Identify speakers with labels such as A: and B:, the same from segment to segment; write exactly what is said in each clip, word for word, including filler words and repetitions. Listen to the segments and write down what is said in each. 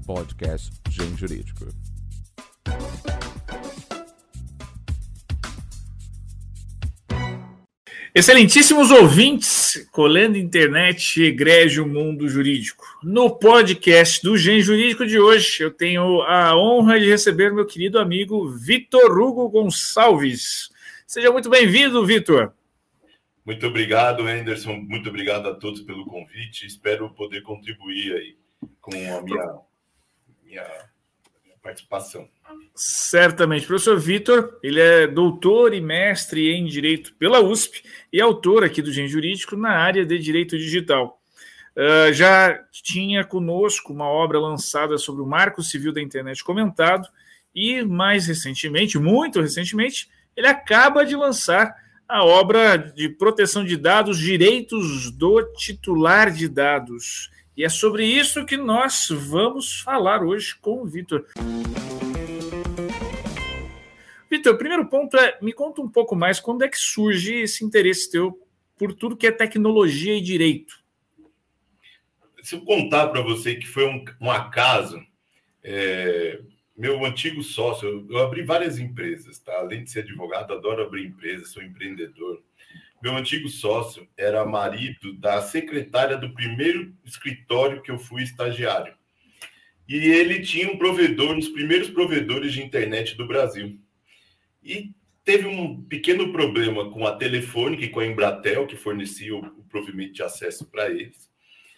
A: podcast Gen Jurídico.
B: Excelentíssimos ouvintes, colando internet, egrégio mundo jurídico. No podcast do Gen Jurídico de hoje, eu tenho a honra de receber meu querido amigo Vitor Hugo Gonçalves. Seja muito bem-vindo, Vitor.
C: Muito obrigado, Anderson. Muito obrigado a todos pelo convite. Espero poder contribuir aí com a minha, minha, minha participação.
B: Certamente. Professor Vitor, ele é doutor e mestre em Direito pela U S P e autor aqui do Gen Jurídico na área de Direito Digital. Uh, já tinha conosco uma obra lançada sobre o Marco Civil da Internet comentado e, mais recentemente, muito recentemente, ele acaba de lançar a obra de proteção de dados, direitos do titular de dados. E é sobre isso que nós vamos falar hoje com o Vitor. Vitor, o primeiro ponto é, me conta um pouco mais, quando é que surge esse interesse teu por tudo que é tecnologia e direito?
C: Se eu contar para você que foi um, um acaso, é, meu antigo sócio, eu, eu abri várias empresas, tá? Além de ser advogado, adoro abrir empresas, sou empreendedor. Meu antigo sócio era marido da secretária do primeiro escritório que eu fui estagiário. E ele tinha um provedor, um dos primeiros provedores de internet do Brasil. E teve um pequeno problema com a Telefônica e com a Embratel, que fornecia o, o provimento de acesso para eles.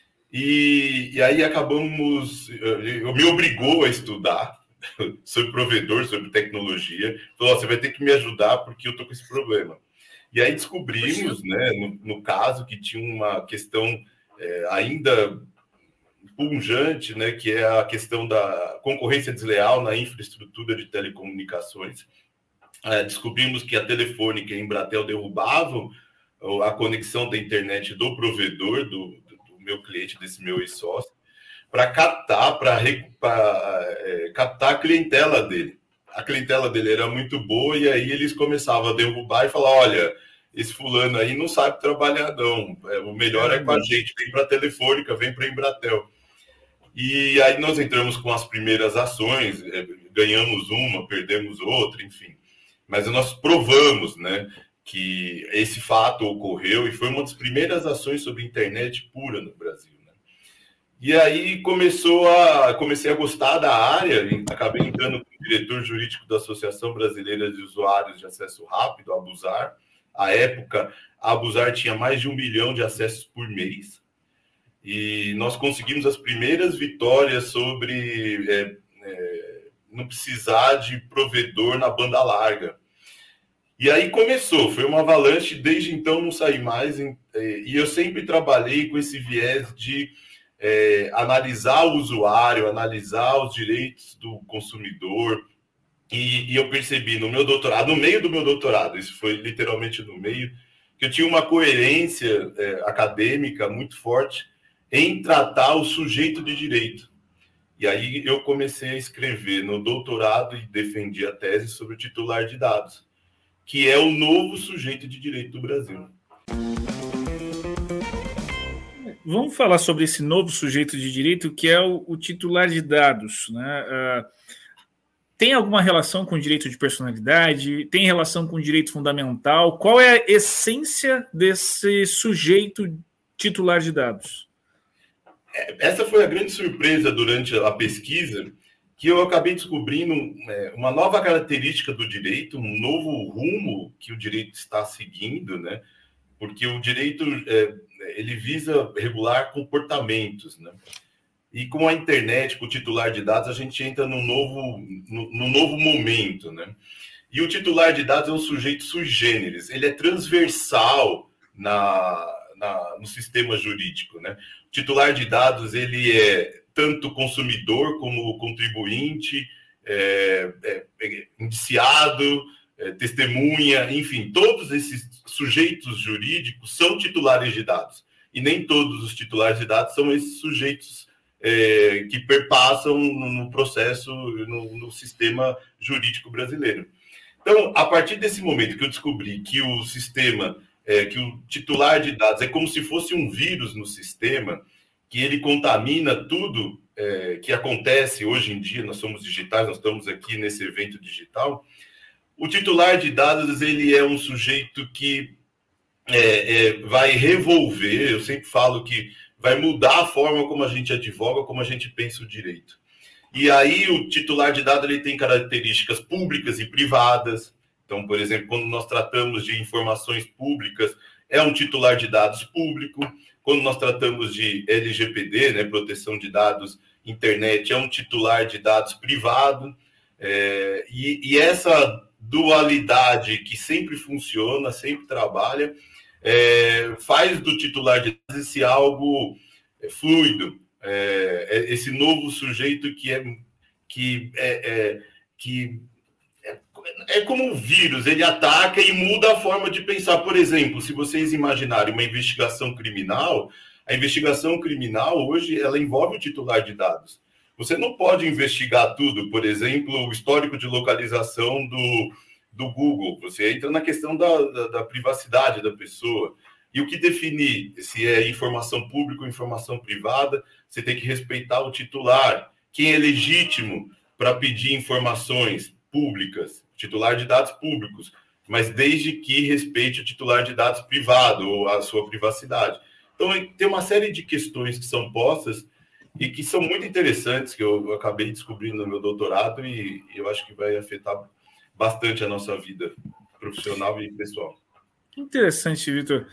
C: E, e aí acabamos... Eu, me obrigou a estudar sobre provedor, sobre tecnologia. Falou, você vai ter que me ajudar porque eu estou com esse problema. E aí descobrimos, né, no, no caso, que tinha uma questão é, ainda pungente, né, que é a questão da concorrência desleal na infraestrutura de telecomunicações. É, descobrimos que a Telefônica e a Embratel derrubavam a conexão da internet do provedor, do, do meu cliente, desse meu ex-sócio, para captar, para é, captar a clientela dele. A clientela dele era muito boa e aí eles começavam a derrubar e falar, olha, esse fulano aí não sabe trabalhar não, o melhor é com a gente, vem para a Telefônica, vem para a Embratel. E aí nós entramos com as primeiras ações, ganhamos uma, perdemos outra, enfim. Mas nós provamos, né, que esse fato ocorreu e foi uma das primeiras ações sobre internet pura no Brasil. Né? E aí começou a, comecei a gostar da área, e acabei entrando como diretor jurídico da Associação Brasileira de Usuários de Acesso Rápido, a Abusar. À época, a Abusar tinha mais de um milhão de acessos por mês. E nós conseguimos as primeiras vitórias sobre... É, é, não precisar de provedor na banda larga. E aí começou, foi uma avalanche, desde então não saí mais, e eu sempre trabalhei com esse viés de é, analisar o usuário, analisar os direitos do consumidor, e, e eu percebi no meu doutorado, no meio do meu doutorado, isso foi literalmente no meio, que eu tinha uma coerência é, acadêmica muito forte em tratar o sujeito de direito. E aí eu comecei a escrever no doutorado e defendi a tese sobre o titular de dados, que é o novo sujeito de direito do Brasil.
B: Vamos falar sobre esse novo sujeito de direito, que é o, o titular de dados. Né? Uh, tem alguma relação com o direito de personalidade? Tem relação com o direito fundamental? Qual é a essência desse sujeito titular de dados?
C: Essa foi a grande surpresa durante a pesquisa, que eu acabei descobrindo é, uma nova característica do direito, um novo rumo que o direito está seguindo, né? Porque o direito é, ele visa regular comportamentos, né? E com a internet, com o titular de dados, a gente entra num novo, num, num novo momento, né? E o titular de dados é um sujeito sui generis, ele é transversal na, na, no sistema jurídico, né? O titular de dados, ele é tanto consumidor como contribuinte, é, é, é, indiciado, é, testemunha, enfim, todos esses sujeitos jurídicos são titulares de dados. E nem todos os titulares de dados são esses sujeitos é, que perpassam no processo, no, no sistema jurídico brasileiro. Então, a partir desse momento que eu descobri que o sistema, é, que o titular de dados é como se fosse um vírus no sistema, que ele contamina tudo é, que acontece hoje em dia. Nós somos digitais, nós estamos aqui nesse evento digital. O titular de dados, ele é um sujeito que é, é, vai revolver, eu sempre falo que vai mudar a forma como a gente advoga, como a gente pensa o direito. E aí o titular de dados ele tem características públicas e privadas. Então, por exemplo, quando nós tratamos de informações públicas, é um titular de dados público. Quando nós tratamos de L G P D, né, proteção de dados, internet, é um titular de dados privado. É, e, e essa dualidade que sempre funciona, sempre trabalha, é, faz do titular de dados esse algo fluido. É, esse novo sujeito que é que é, é, que é, é como um vírus, ele ataca e muda a forma de pensar. Por exemplo, se vocês imaginarem uma investigação criminal, a investigação criminal hoje ela envolve o titular de dados. Você não pode investigar tudo, por exemplo, o histórico de localização do, do Google. Você entra na questão da, da, da privacidade da pessoa. E o que definir se é informação pública ou informação privada, você tem que respeitar o titular. Quem é legítimo para pedir informações públicas, titular de dados públicos, mas desde que respeite o titular de dados privado ou a sua privacidade. Então, tem uma série de questões que são postas e que são muito interessantes, que eu acabei descobrindo no meu doutorado e eu acho que vai afetar bastante a nossa vida profissional e pessoal.
B: Interessante, Vitor.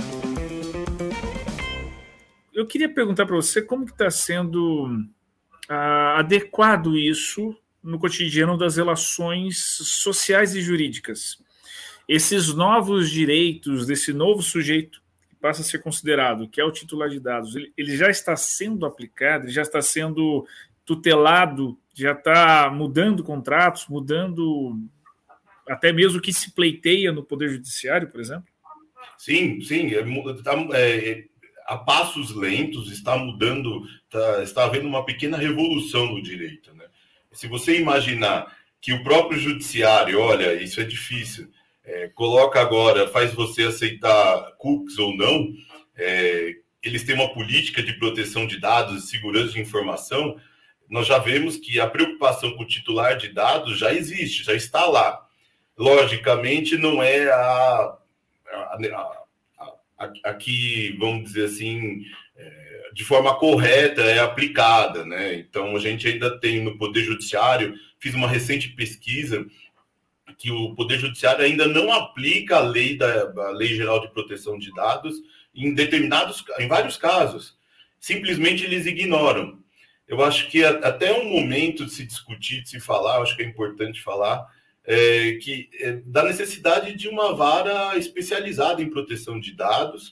B: Eu queria perguntar para você como que está sendo ah, adequado isso no cotidiano das relações sociais e jurídicas. Esses novos direitos desse novo sujeito que passa a ser considerado, que é o titular de dados, ele, ele já está sendo aplicado, ele já está sendo tutelado, já está mudando contratos, mudando até mesmo o que se pleiteia no Poder Judiciário, por exemplo?
C: Sim, sim. É, tá, é, a passos lentos está mudando, tá, está havendo uma pequena revolução no direito, né? Se você imaginar que o próprio judiciário, olha, isso é difícil, é, coloca agora, faz você aceitar cookies ou não, é, eles têm uma política de proteção de dados e segurança de informação, nós já vemos que a preocupação com o titular de dados já existe, já está lá. Logicamente, não é a, a, a, a, a que, vamos dizer assim, é, de forma correta é aplicada, né? Então, a gente ainda tem no Poder Judiciário, fiz uma recente pesquisa, que o Poder Judiciário ainda não aplica a lei, da, a lei Geral de Proteção de Dados em determinados, em vários casos. Simplesmente eles ignoram. Eu acho que até um momento de se discutir, de se falar, eu acho que é importante falar, É, que, é, da necessidade de uma vara especializada em proteção de dados,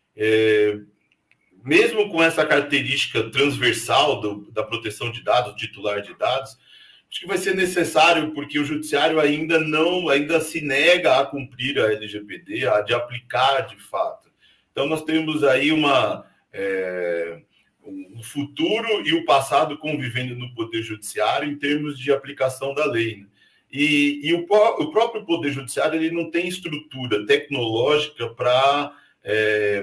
C: é, mesmo com essa característica transversal do, da proteção de dados, titular de dados, acho que vai ser necessário, porque o judiciário ainda não, ainda se nega a cumprir a L G P D, a de aplicar de fato. Então, nós temos aí uma, é, um futuro e o passado convivendo no Poder Judiciário em termos de aplicação da lei, né? E, e o, o próprio Poder Judiciário ele não tem estrutura tecnológica para é,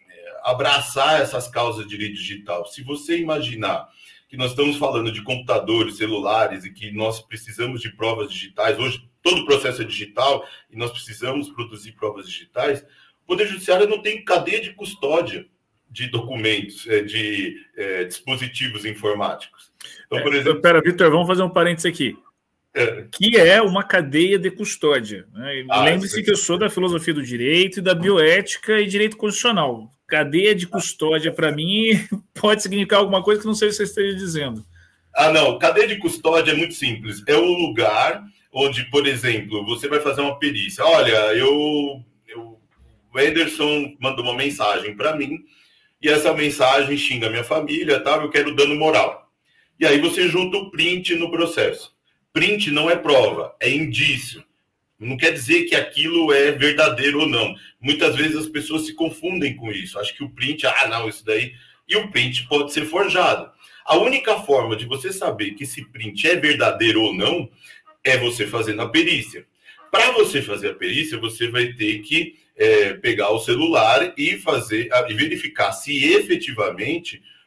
C: abraçar essas causas de direito digital. Se você imaginar que nós estamos falando de computadores, celulares, e que nós precisamos de provas digitais, hoje todo o processo é digital, e nós precisamos produzir provas digitais, o Poder Judiciário não tem cadeia de custódia de documentos, de é, dispositivos informáticos. Então, por exemplo...
B: Espera, Vitor, vamos fazer um parênteses aqui. É. Que é uma cadeia de custódia, né? Ah, lembre-se que eu sou da filosofia do direito e da bioética e direito constitucional. Cadeia de custódia, para mim, pode significar alguma coisa que não sei se você esteja dizendo.
C: Ah, não. Cadeia de custódia é muito simples. É o lugar onde, por exemplo, você vai fazer uma perícia. Olha, eu, eu o Anderson mandou uma mensagem para mim e essa mensagem xinga minha família, tá? Eu quero dano moral. E aí você junta o print no processo. Print não é prova, é indício. Não quer dizer que aquilo é verdadeiro ou não. Muitas vezes as pessoas se confundem com isso. Acho que o print, ah, não, isso daí... E o print pode ser forjado. A única forma de você saber que esse print é verdadeiro ou não é você fazendo a perícia. Para você fazer a perícia, você vai ter que é, pegar o celular e fazer e verificar se efetivamente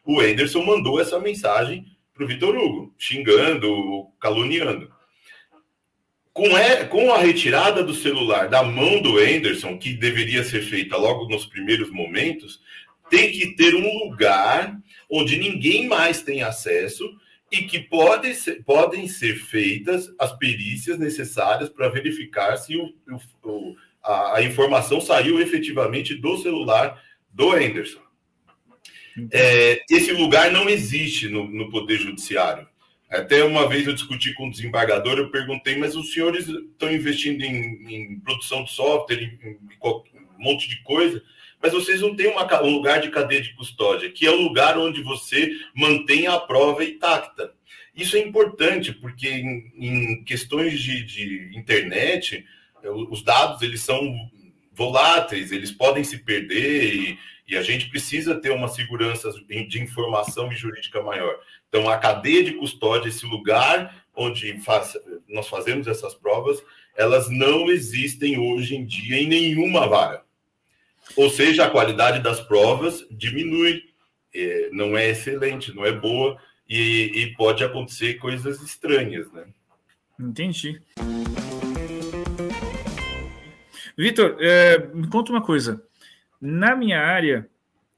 C: o Anderson mandou essa mensagem para o Vitor Hugo, xingando, caluniando. Com, é, com a retirada do celular da mão do Anderson, que deveria ser feita logo nos primeiros momentos, tem que ter um lugar onde ninguém mais tem acesso e que pode ser, podem ser feitas as perícias necessárias para verificar se o, o, a, a informação saiu efetivamente do celular do Anderson. É, esse lugar não existe no, no Poder Judiciário. Até uma vez eu discuti com o desembargador, eu perguntei, mas os senhores estão investindo em, em produção de software, em, em, em um monte de coisa, mas vocês não têm uma, um lugar de cadeia de custódia, que é o lugar onde você mantém a prova intacta. Isso é importante, porque em, em questões de, de internet, os dados eles são voláteis, eles podem se perder e, e a gente precisa ter uma segurança de informação e jurídica maior. Então, a cadeia de custódia, esse lugar onde faz, nós fazemos essas provas, elas não existem hoje em dia em nenhuma vara. Ou seja, a qualidade das provas diminui, é, não é excelente, não é boa, e, e pode acontecer coisas estranhas, né?
B: Entendi. Vitor, é, me conta uma coisa. Na minha área,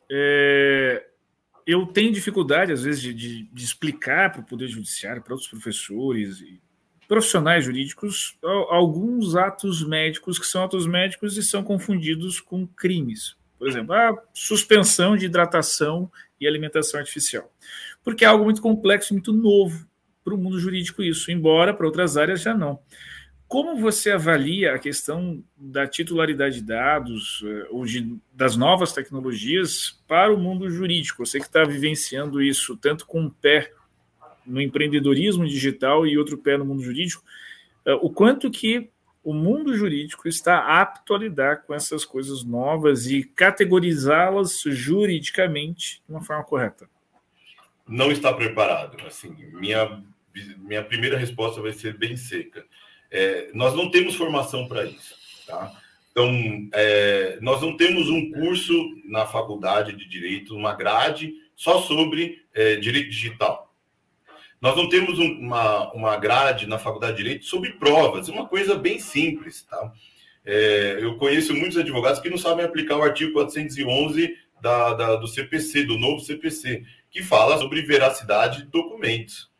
B: é, eu tenho dificuldade, às vezes, de, de, de explicar para o Poder Judiciário, para outros professores e profissionais jurídicos, alguns atos médicos que são atos médicos e são confundidos com crimes. Por exemplo, a suspensão de hidratação e alimentação artificial. Porque é algo muito complexo, muito novo para o mundo jurídico isso, embora para outras áreas já não. Como você avalia a questão da titularidade de dados ou de, das novas tecnologias para o mundo jurídico? Você que está vivenciando isso tanto com um pé no empreendedorismo digital e outro pé no mundo jurídico, o quanto que o mundo jurídico está apto a lidar com essas coisas novas e categorizá-las juridicamente de uma forma correta?
C: Não está preparado. Assim, minha, minha primeira resposta vai ser bem seca. É, nós não temos formação para isso, tá? Então, é, nós não temos um curso na faculdade de Direito, uma grade só sobre é, Direito Digital. Nós não temos um, uma, uma grade na faculdade de Direito sobre provas, uma coisa bem simples, tá? É, eu conheço muitos advogados que não sabem aplicar o artigo quatrocentos e onze da, da, do C P C, do novo C P C, que fala sobre veracidade de documentos.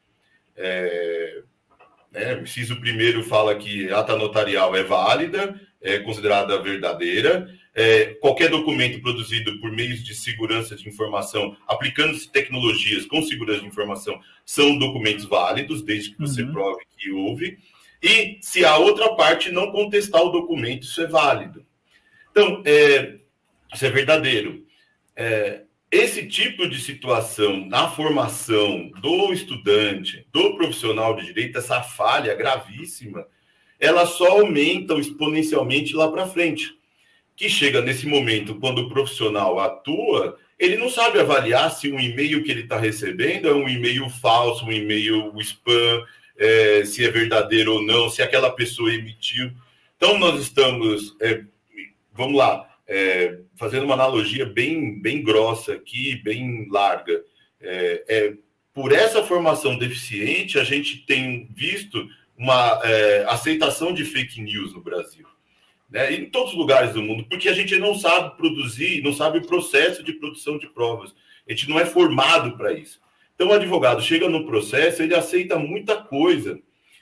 C: É, né, o inciso primeiro fala que ata notarial é válida, é considerada verdadeira, é, qualquer documento produzido por meios de segurança de informação, aplicando tecnologias com segurança de informação, são documentos válidos, desde que você uhum. prove que houve, e se a outra parte não contestar o documento, isso é válido. Então, é, isso é verdadeiro. É, esse tipo de situação na formação do estudante, do profissional de direito, essa falha gravíssima, ela só aumenta exponencialmente lá para frente. Que chega nesse momento, quando o profissional atua, ele não sabe avaliar se um e-mail que ele está recebendo é um e-mail falso, um e-mail spam, é, se é verdadeiro ou não, se aquela pessoa emitiu. Então, nós estamos, é, vamos lá, é, fazendo uma analogia bem, bem grossa aqui, bem larga. É, é, por essa formação deficiente, a gente tem visto uma é, aceitação de fake news no Brasil, né? Em todos os lugares do mundo, porque a gente não sabe produzir, não sabe o processo de produção de provas. A gente não é formado para isso. Então, o advogado chega no processo, ele aceita muita coisa.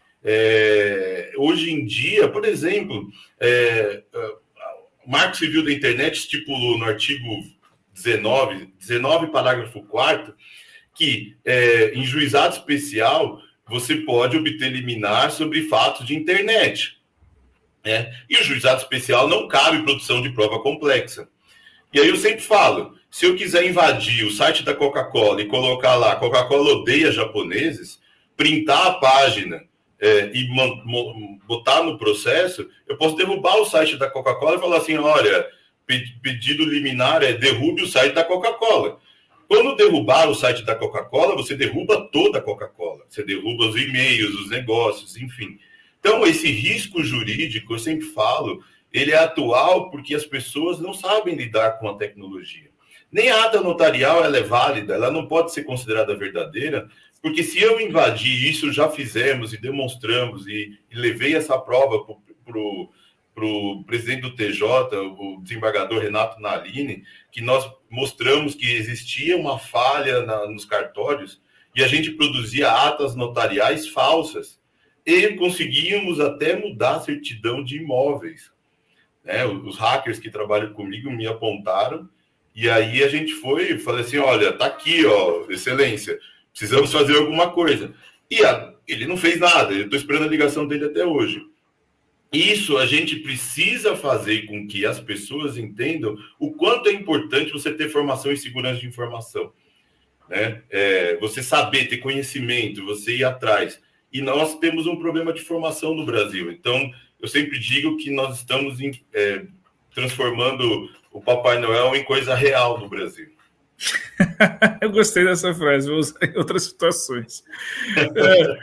C: É, hoje em dia, por exemplo, é, o Marco Civil da Internet estipulou no artigo dezenove, dezenove, parágrafo quarto, que é, em juizado especial você pode obter liminar sobre fatos de internet. Né? E o juizado especial não cabe produção de prova complexa. E aí eu sempre falo, se eu quiser invadir o site da Coca-Cola e colocar lá, Coca-Cola odeia japoneses, printar a página é, e botar no processo, eu posso derrubar o site da Coca-Cola e falar assim, olha, pedido liminar é derrube o site da Coca-Cola. Quando derrubar o site da Coca-Cola, você derruba toda a Coca-Cola. Você derruba os e-mails, os negócios, enfim. Então, esse risco jurídico, eu sempre falo, ele é atual porque as pessoas não sabem lidar com a tecnologia. Nem a ata notarial ela é válida, ela não pode ser considerada verdadeira, porque se eu invadir, isso já fizemos e demonstramos, e, e levei essa prova para o presidente do T J, o desembargador Renato Nalini, que nós mostramos que existia uma falha na, nos cartórios, e a gente produzia atas notariais falsas, e conseguíamos até mudar a certidão de imóveis. Né? Os hackers que trabalham comigo me apontaram, e aí a gente foi e falei assim, olha, tá aqui, ó, excelência, precisamos fazer alguma coisa. E a, ele não fez nada, eu estou esperando a ligação dele até hoje. Isso a gente precisa fazer com que as pessoas entendam o quanto é importante você ter formação em segurança de informação. Né? É, você saber, ter conhecimento, você ir atrás. E nós temos um problema de formação no Brasil. Então, eu sempre digo que nós estamos em, é, transformando o Papai Noel em coisa real no Brasil.
B: Eu gostei dessa frase, vou usar em outras situações. É.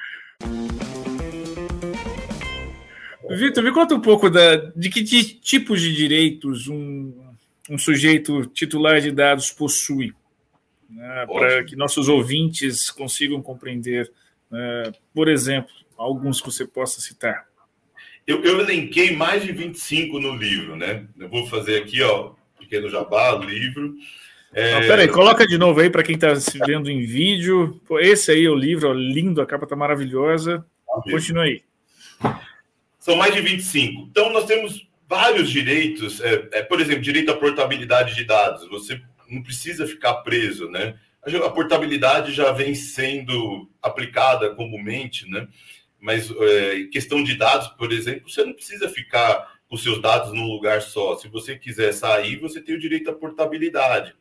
B: Vitor, me conta um pouco da, de que tipos de direitos um, um sujeito titular de dados possui, né, para que nossos ouvintes consigam compreender. Uh, por exemplo, alguns que você possa citar.
C: Eu, eu elenquei mais de vinte e cinco no livro, né? Eu vou fazer aqui, ó, pequeno jabá, o livro. É...
B: Não, peraí, coloca de novo aí para quem está se vendo em vídeo. Pô, esse aí é o livro, ó, lindo, a capa está maravilhosa. Ah, continua aí.
C: São mais de vinte e cinco. Então, nós temos vários direitos. É, é, por exemplo, direito à portabilidade de dados. Você não precisa ficar preso, né? A portabilidade já vem sendo aplicada comumente, né? Mas é, questão de dados, por exemplo, você não precisa ficar com seus dados num lugar só. Se você quiser sair, você tem o direito à portabilidade.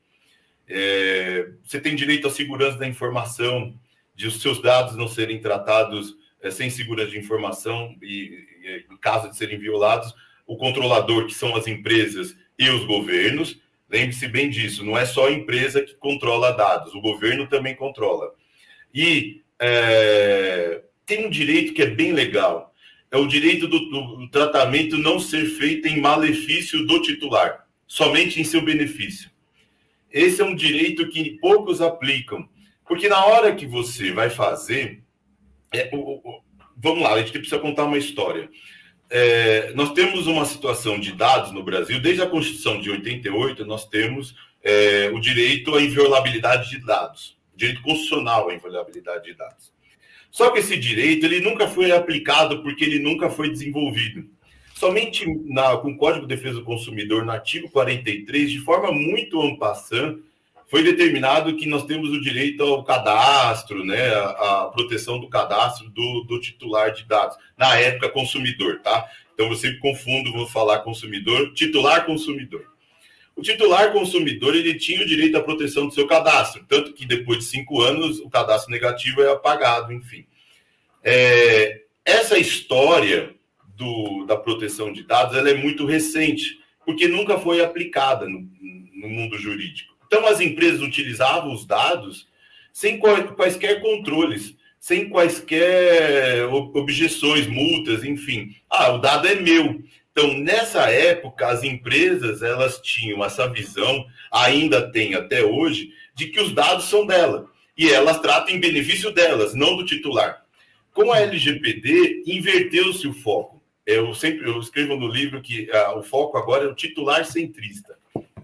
C: É, você tem direito à segurança da informação, de os seus dados não serem tratados é, sem segurança de informação e, e, em caso de serem violados, o controlador, que são as empresas e os governos. Lembre-se bem disso, não é só a empresa que controla dados, o governo também controla. E é, tem um direito que é bem legal, é o direito do, do tratamento não ser feito em malefício do titular, somente em seu benefício. Esse é um direito que poucos aplicam, porque na hora que você vai fazer... É, o, o, vamos lá, a gente precisa contar uma história. É, nós temos uma situação de dados no Brasil, desde a Constituição de oitenta e oito, nós temos é, o direito à inviolabilidade de dados, direito constitucional à inviolabilidade de dados. Só que esse direito ele nunca foi aplicado porque ele nunca foi desenvolvido. Somente na, com o Código de Defesa do Consumidor, no artigo quarenta e três, de forma muito en passant, foi determinado que nós temos o direito ao cadastro, né, a, a proteção do cadastro do, do titular de dados, na época consumidor, tá? Então eu sempre confundo, vou falar consumidor, titular consumidor. O titular consumidor, ele tinha o direito à proteção do seu cadastro, tanto que depois de cinco anos o cadastro negativo é apagado, enfim. É, essa história do, da proteção de dados, ela é muito recente, porque nunca foi aplicada no, no mundo jurídico. Então, as empresas utilizavam os dados sem quaisquer controles, sem quaisquer objeções, multas, enfim. Ah, o dado é meu. Então, nessa época, as empresas elas tinham essa visão, ainda tem até hoje, de que os dados são dela. E elas tratam em benefício delas, não do titular. Com a L G P D, inverteu-se o foco. Eu sempre eu escrevo no livro que ah, o foco agora é o titular centrista.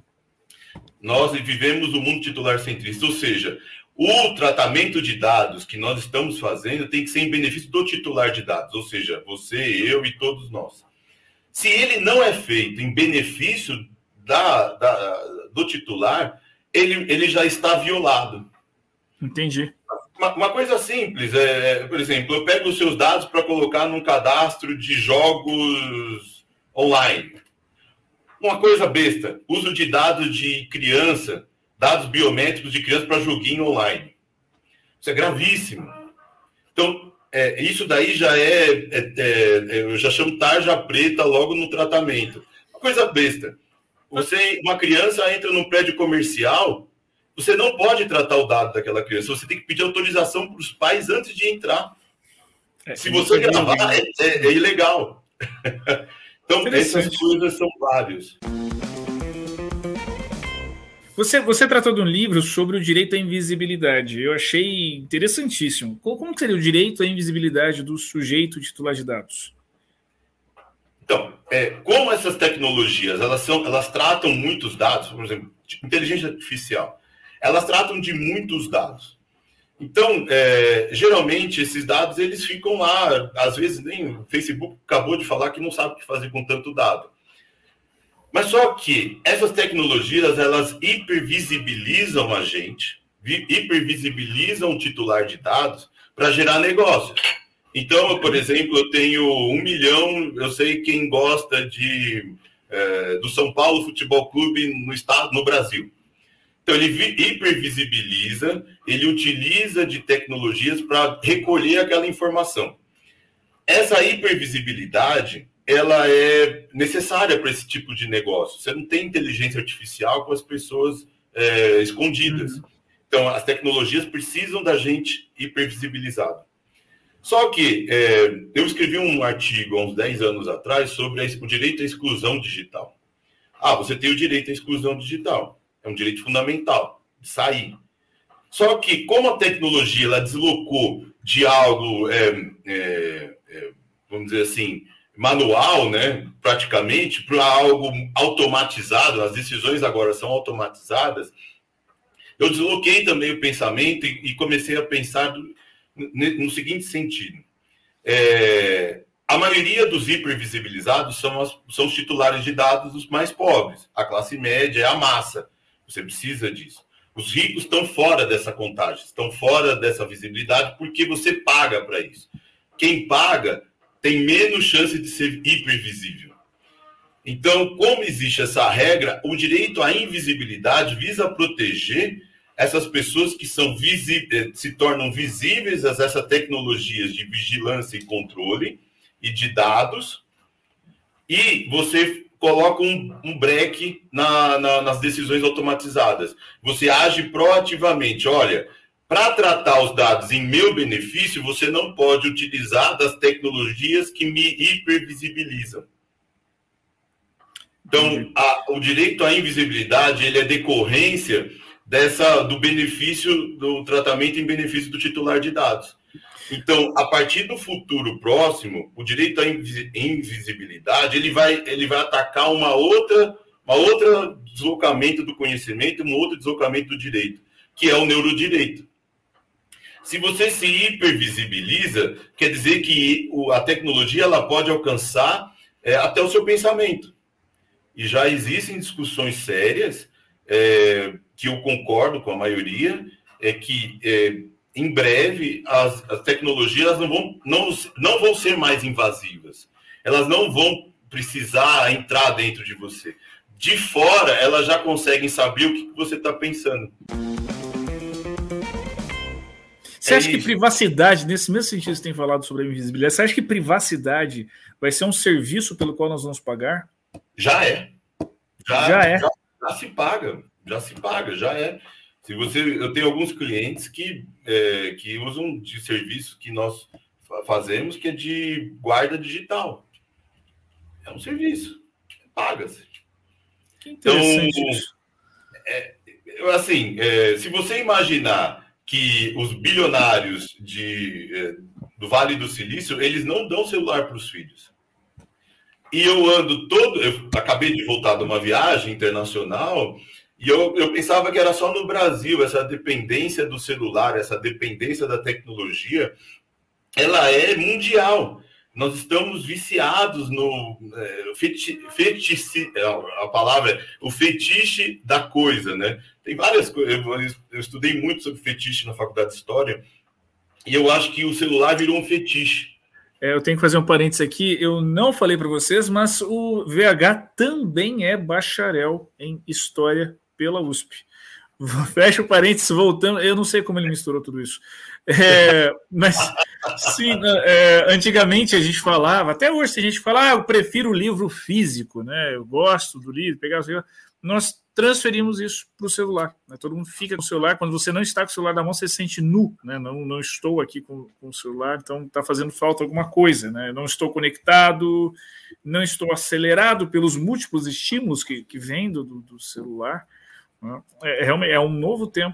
C: Nós vivemos o mundo titular centrista, ou seja, o tratamento de dados que nós estamos fazendo tem que ser em benefício do titular de dados, ou seja, você, eu e todos nós. Se ele não é feito em benefício da, da, do titular, ele, ele já está violado.
B: Entendi.
C: Uma, uma coisa simples, é, por exemplo, eu pego os seus dados para colocar num cadastro de jogos online. Uma coisa besta, uso de dados de criança, dados biométricos de criança para joguinho online. Isso é gravíssimo. Então, é, isso daí já é, é, é, eu já chamo tarja preta logo no tratamento. Uma coisa besta. Você, uma criança entra num prédio comercial, você não pode tratar o dado daquela criança, você tem que pedir autorização para os pais antes de entrar. É, Se você gravar, é, é, é ilegal. Então, essas coisas são várias.
B: Você, você tratou de um livro sobre o direito à invisibilidade. Eu achei interessantíssimo. Como seria o direito à invisibilidade do sujeito titular de dados?
C: Então, é, como essas tecnologias, elas, são, elas tratam muitos dados, por exemplo, inteligência artificial, elas tratam de muitos dados. Então, é, geralmente, esses dados, eles ficam lá, às vezes, nem o Facebook acabou de falar que não sabe o que fazer com tanto dado. Mas só que essas tecnologias, elas hipervisibilizam a gente, hipervisibilizam o titular de dados para gerar negócios. Então, por exemplo, eu tenho um milhão, eu sei quem gosta de, é, do São Paulo Futebol Clube no estado, no Brasil. Então, ele hipervisibiliza, ele utiliza de tecnologias para recolher aquela informação. Essa hipervisibilidade, ela é necessária para esse tipo de negócio. Você não tem inteligência artificial com as pessoas é, escondidas. Uhum. Então, as tecnologias precisam da gente hipervisibilizado. Só que é, eu escrevi um artigo há uns dez anos atrás sobre a, o direito à exclusão digital. Ah, você tem o direito à exclusão digital. É um direito fundamental de sair. Só que, como a tecnologia ela deslocou de algo, é, é, é, vamos dizer assim, manual, né, praticamente, para algo automatizado, as decisões agora são automatizadas, eu desloquei também o pensamento e, e comecei a pensar do, no seguinte sentido. É, a maioria dos hipervisibilizados são, as, são os titulares de dados os mais pobres. A classe média é a massa. Você precisa disso. Os ricos estão fora dessa contagem, estão fora dessa visibilidade porque você paga para isso. Quem paga tem menos chance de ser hipervisível. Então, como existe essa regra, o direito à invisibilidade visa proteger essas pessoas que são se tornam visíveis a essas tecnologias de vigilância e controle e de dados, e você coloca um, um break na, na, nas decisões automatizadas. Você age proativamente. Olha, para tratar os dados em meu benefício, você não pode utilizar das tecnologias que me hipervisibilizam. Então, a, o direito à invisibilidade ele é decorrência dessa, do benefício, do tratamento em benefício do titular de dados. Então, a partir do futuro próximo, o direito à invisibilidade ele vai, ele vai atacar uma outra, uma outra deslocamento do conhecimento, um outro deslocamento do direito, que é o neurodireito. Se você se hipervisibiliza, quer dizer que a tecnologia ela pode alcançar é, até o seu pensamento. E já existem discussões sérias, é, que eu concordo com a maioria, é que é, em breve as, as tecnologias não vão, não, não vão ser mais invasivas. Elas não vão precisar entrar dentro de você. De fora, elas já conseguem saber o que você está pensando.
B: Você acha que privacidade, nesse mesmo sentido que você tem falado sobre a invisibilidade, você acha que privacidade vai ser um serviço pelo qual nós vamos pagar?
C: Já é. Já,
B: já é.
C: Já, já se paga. Já se paga, já é. Se você, eu tenho alguns clientes que, é, que usam de serviço que nós fazemos, que é de guarda digital. É um serviço. Paga-se.
B: Que interessante
C: então,
B: isso.
C: É, assim, é, se você imaginar que os bilionários de, é, do Vale do Silício, eles não dão celular para os filhos. E eu ando todo... Eu acabei de voltar de uma viagem internacional e eu, eu pensava que era só no Brasil, essa dependência do celular, essa dependência da tecnologia, ela é mundial. Nós estamos viciados no é, feti, fetiche, a palavra é o fetiche da coisa, né? Tem várias coisas, eu, eu estudei muito sobre fetiche na faculdade de História, e eu acho que o celular virou um fetiche.
B: É, eu tenho que fazer um parênteses aqui, eu não falei para vocês, mas o V H também é bacharel em História pela U S P. Fecha o parênteses, voltando, eu não sei como ele misturou tudo isso. É, mas, sim, é, antigamente a gente falava, até hoje a gente fala, ah, eu prefiro o livro físico, né? Eu gosto do livro, pegar o livro. Nós transferimos isso para o celular, né? Todo mundo fica com o celular, quando você não está com o celular na mão, você se sente nu, né? Não, não estou aqui com, com o celular, então está fazendo falta alguma coisa, né? Não estou conectado, não estou acelerado pelos múltiplos estímulos que, que vêm do, do celular. É, é, é um novo tempo.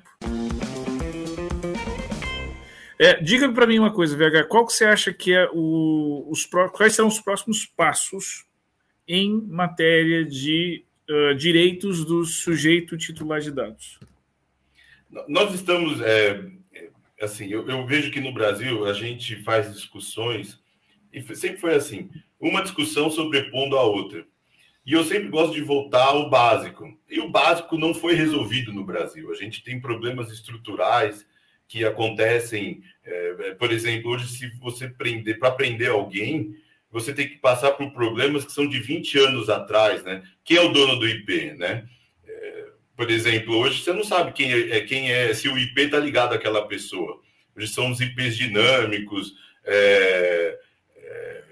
B: É, diga para mim uma coisa, V H, qual que você acha que é o, os quais são os próximos passos em matéria de uh, direitos do sujeito titular de dados?
C: Nós estamos, é, assim, eu, eu vejo que no Brasil a gente faz discussões, e sempre foi assim, uma discussão sobrepondo a outra. E eu sempre gosto de voltar ao básico. E o básico não foi resolvido no Brasil. A gente tem problemas estruturais que acontecem, é, por exemplo, hoje se você prender, para prender alguém, você tem que passar por problemas que são de vinte anos atrás, né? Quem é o dono do I P, né? É, por exemplo, hoje você não sabe quem é, quem é, se o I P está ligado àquela pessoa. Hoje são os I Ps dinâmicos, é, é,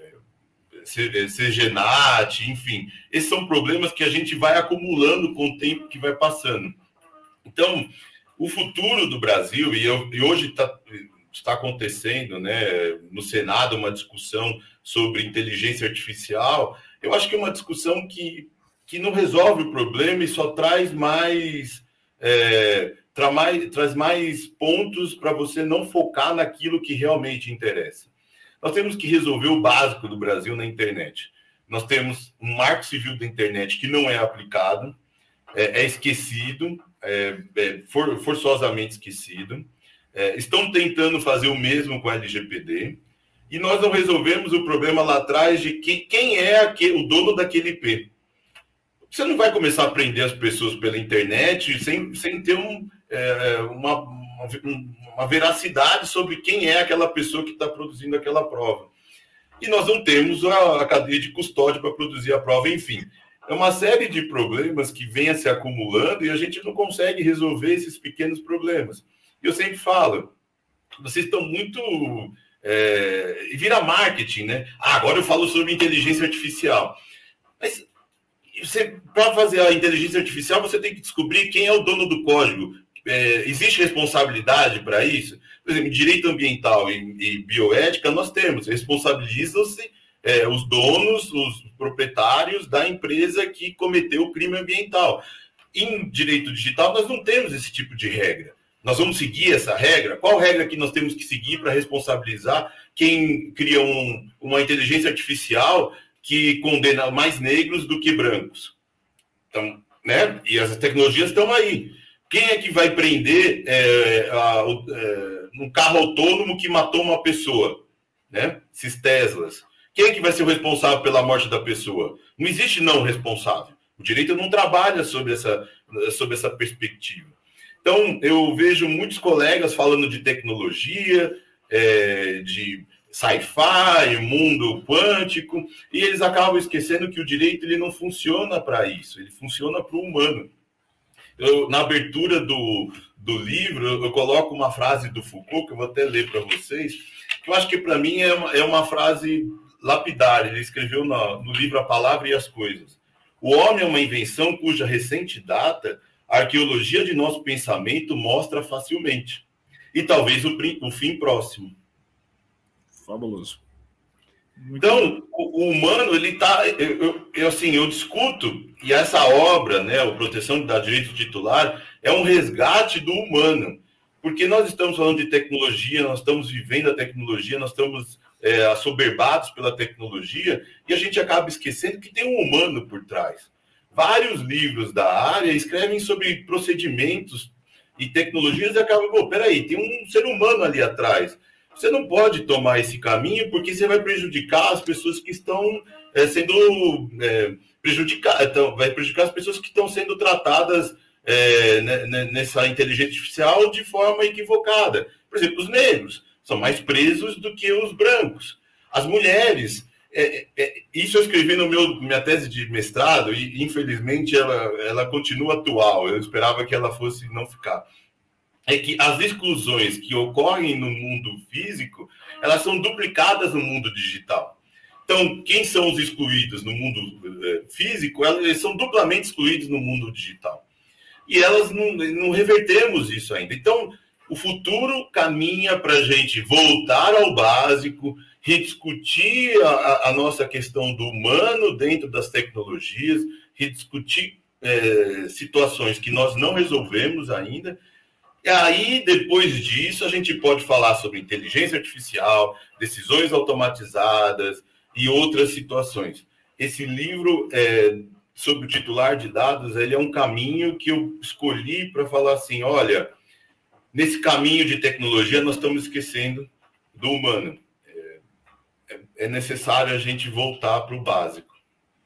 C: CGNAT, enfim. Esses são problemas que a gente vai acumulando com o tempo que vai passando. Então, o futuro do Brasil, e, eu, e hoje tá, está acontecendo, né, no Senado uma discussão sobre inteligência artificial, eu acho que é uma discussão que, que não resolve o problema e só traz mais, é, tra mais, traz mais pontos para você não focar naquilo que realmente interessa. Nós temos que resolver o básico do Brasil na internet. Nós temos um marco civil da internet que não é aplicado, é, é esquecido, é, é for, forçosamente esquecido. É, estão tentando fazer o mesmo com a L G P D e nós não resolvemos o problema lá atrás de que, quem é aquele, o dono daquele I P. Você não vai começar a prender as pessoas pela internet sem, sem ter um, é, uma, uma, uma veracidade sobre quem é aquela pessoa que está produzindo aquela prova. E nós não temos a, a cadeia de custódia para produzir a prova, enfim. É uma série de problemas que vem se acumulando e a gente não consegue resolver esses pequenos problemas. E eu sempre falo, vocês estão muito... É, e vira marketing, né? Ah, agora eu falo sobre inteligência artificial. Mas para fazer a inteligência artificial, você tem que descobrir quem é o dono do código. É, existe responsabilidade para isso? Por exemplo, direito ambiental e, e bioética, nós temos. Responsabilizam-se é, os donos, os proprietários da empresa que cometeu o crime ambiental. Em direito digital, nós não temos esse tipo de regra. Nós vamos seguir essa regra? Qual regra que nós temos que seguir para responsabilizar quem cria um, uma inteligência artificial que condena mais negros do que brancos? Então, né? E as tecnologias estão aí. Quem é que vai prender é, a, é, um carro autônomo que matou uma pessoa? Né? Esses Teslas. Quem é que vai ser o responsável pela morte da pessoa? Não existe não responsável. O direito não trabalha sobre essa, sobre essa perspectiva. Então, eu vejo muitos colegas falando de tecnologia, é, de sci-fi, mundo quântico, e eles acabam esquecendo que o direito ele não funciona para isso, ele funciona para o humano. Eu, na abertura do, do livro, eu coloco uma frase do Foucault, que eu vou até ler para vocês, que eu acho que para mim é uma, é uma frase lapidar. Ele escreveu no, no livro A Palavra e as Coisas. O homem é uma invenção cuja recente data a arqueologia de nosso pensamento mostra facilmente. E talvez o, o fim próximo.
B: Fabuloso.
C: Muito então, o, o humano, ele está... Eu, eu, eu, assim, eu discuto, e essa obra, né, o Proteção da Direito Titular, é um resgate do humano. Porque nós estamos falando de tecnologia, nós estamos vivendo a tecnologia, nós estamos é, assoberbados pela tecnologia, e a gente acaba esquecendo que tem um humano por trás. Vários livros da área escrevem sobre procedimentos e tecnologias e acabam, pô, peraí, tem um ser humano ali atrás. Você não pode tomar esse caminho porque você vai prejudicar as pessoas que estão é, sendo é, prejudicadas, então, vai prejudicar as pessoas que estão sendo tratadas é, nessa inteligência artificial de forma equivocada. Por exemplo, os negros são mais presos do que os brancos. As mulheres... É, é, isso eu escrevi no meu minha tese de mestrado e infelizmente ela, ela continua atual. Eu esperava que ela fosse não ficar. É que as exclusões que ocorrem no mundo físico, elas são duplicadas no mundo digital. Então, quem são os excluídos no mundo é, físico, eles são duplamente excluídos no mundo digital. E elas não, não revertemos isso ainda. Então, o futuro caminha para a gente voltar ao básico, rediscutir a, a nossa questão do humano dentro das tecnologias, rediscutir é, situações que nós não resolvemos ainda. E aí, depois disso, a gente pode falar sobre inteligência artificial, decisões automatizadas e outras situações. Esse livro, é, sobre o titular de dados, ele é um caminho que eu escolhi para falar assim, olha, nesse caminho de tecnologia nós estamos esquecendo do humano. É, é necessário a gente voltar para o básico.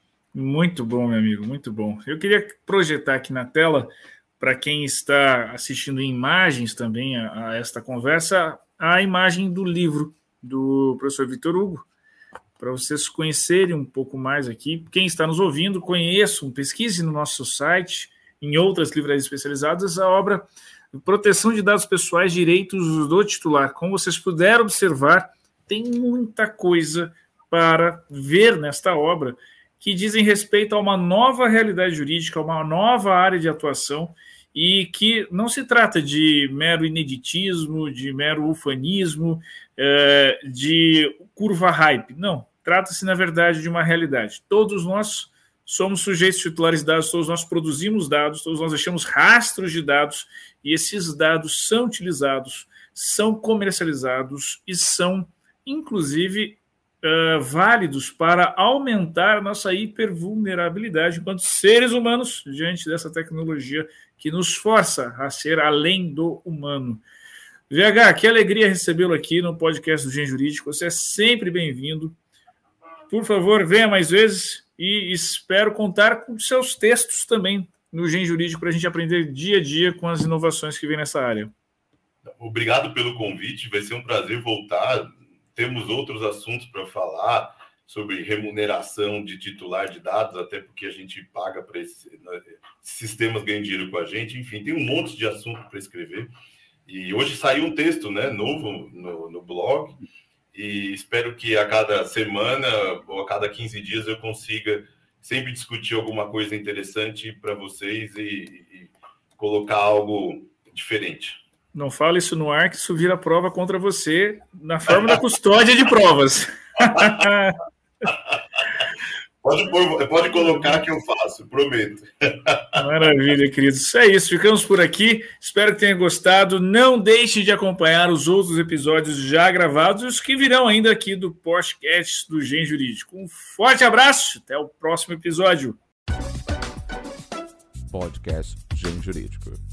B: Muito bom, meu amigo, muito bom. Eu queria projetar aqui na tela, para quem está assistindo em imagens também a, a esta conversa, a imagem do livro do professor Vitor Hugo, para vocês conhecerem um pouco mais aqui. Quem está nos ouvindo, conheçam, pesquise no nosso site, em outras livrarias especializadas, a obra Proteção de Dados Pessoais, Direitos do Titular. Como vocês puderam observar, tem muita coisa para ver nesta obra que dizem respeito a uma nova realidade jurídica, a uma nova área de atuação, e que não se trata de mero ineditismo, de mero ufanismo, é, de curva hype. Não, trata-se, na verdade, de uma realidade. Todos nós somos sujeitos titulares de dados, todos nós produzimos dados, todos nós deixamos rastros de dados, e esses dados são utilizados, são comercializados e são, inclusive, Uh, válidos para aumentar a nossa hipervulnerabilidade enquanto seres humanos diante dessa tecnologia que nos força a ser além do humano. V H, que alegria recebê-lo aqui no podcast do Gen Jurídico. Você é sempre bem-vindo. Por favor, venha mais vezes e espero contar com seus textos também no Gen Jurídico para a gente aprender dia a dia com as inovações que vem nessa área.
C: Obrigado pelo convite, vai ser um prazer voltar. Temos outros assuntos para falar sobre remuneração de titular de dados, até porque a gente paga para esses, esses sistemas ganham dinheiro com a gente. Enfim, tem um monte de assunto para escrever. E hoje saiu um texto, né, novo no, no blog, e espero que a cada semana ou a cada quinze dias eu consiga sempre discutir alguma coisa interessante para vocês e, e colocar algo diferente.
B: Não fala isso no ar, que isso vira prova contra você na forma da custódia de provas.
C: Pode, pode colocar que eu faço, prometo.
B: Maravilha, queridos. Isso é isso, ficamos por aqui. Espero que tenha gostado. Não deixe de acompanhar os outros episódios já gravados e os que virão ainda aqui do podcast do Gen Jurídico. Um forte abraço, até o próximo episódio.
A: Podcast Gen Jurídico.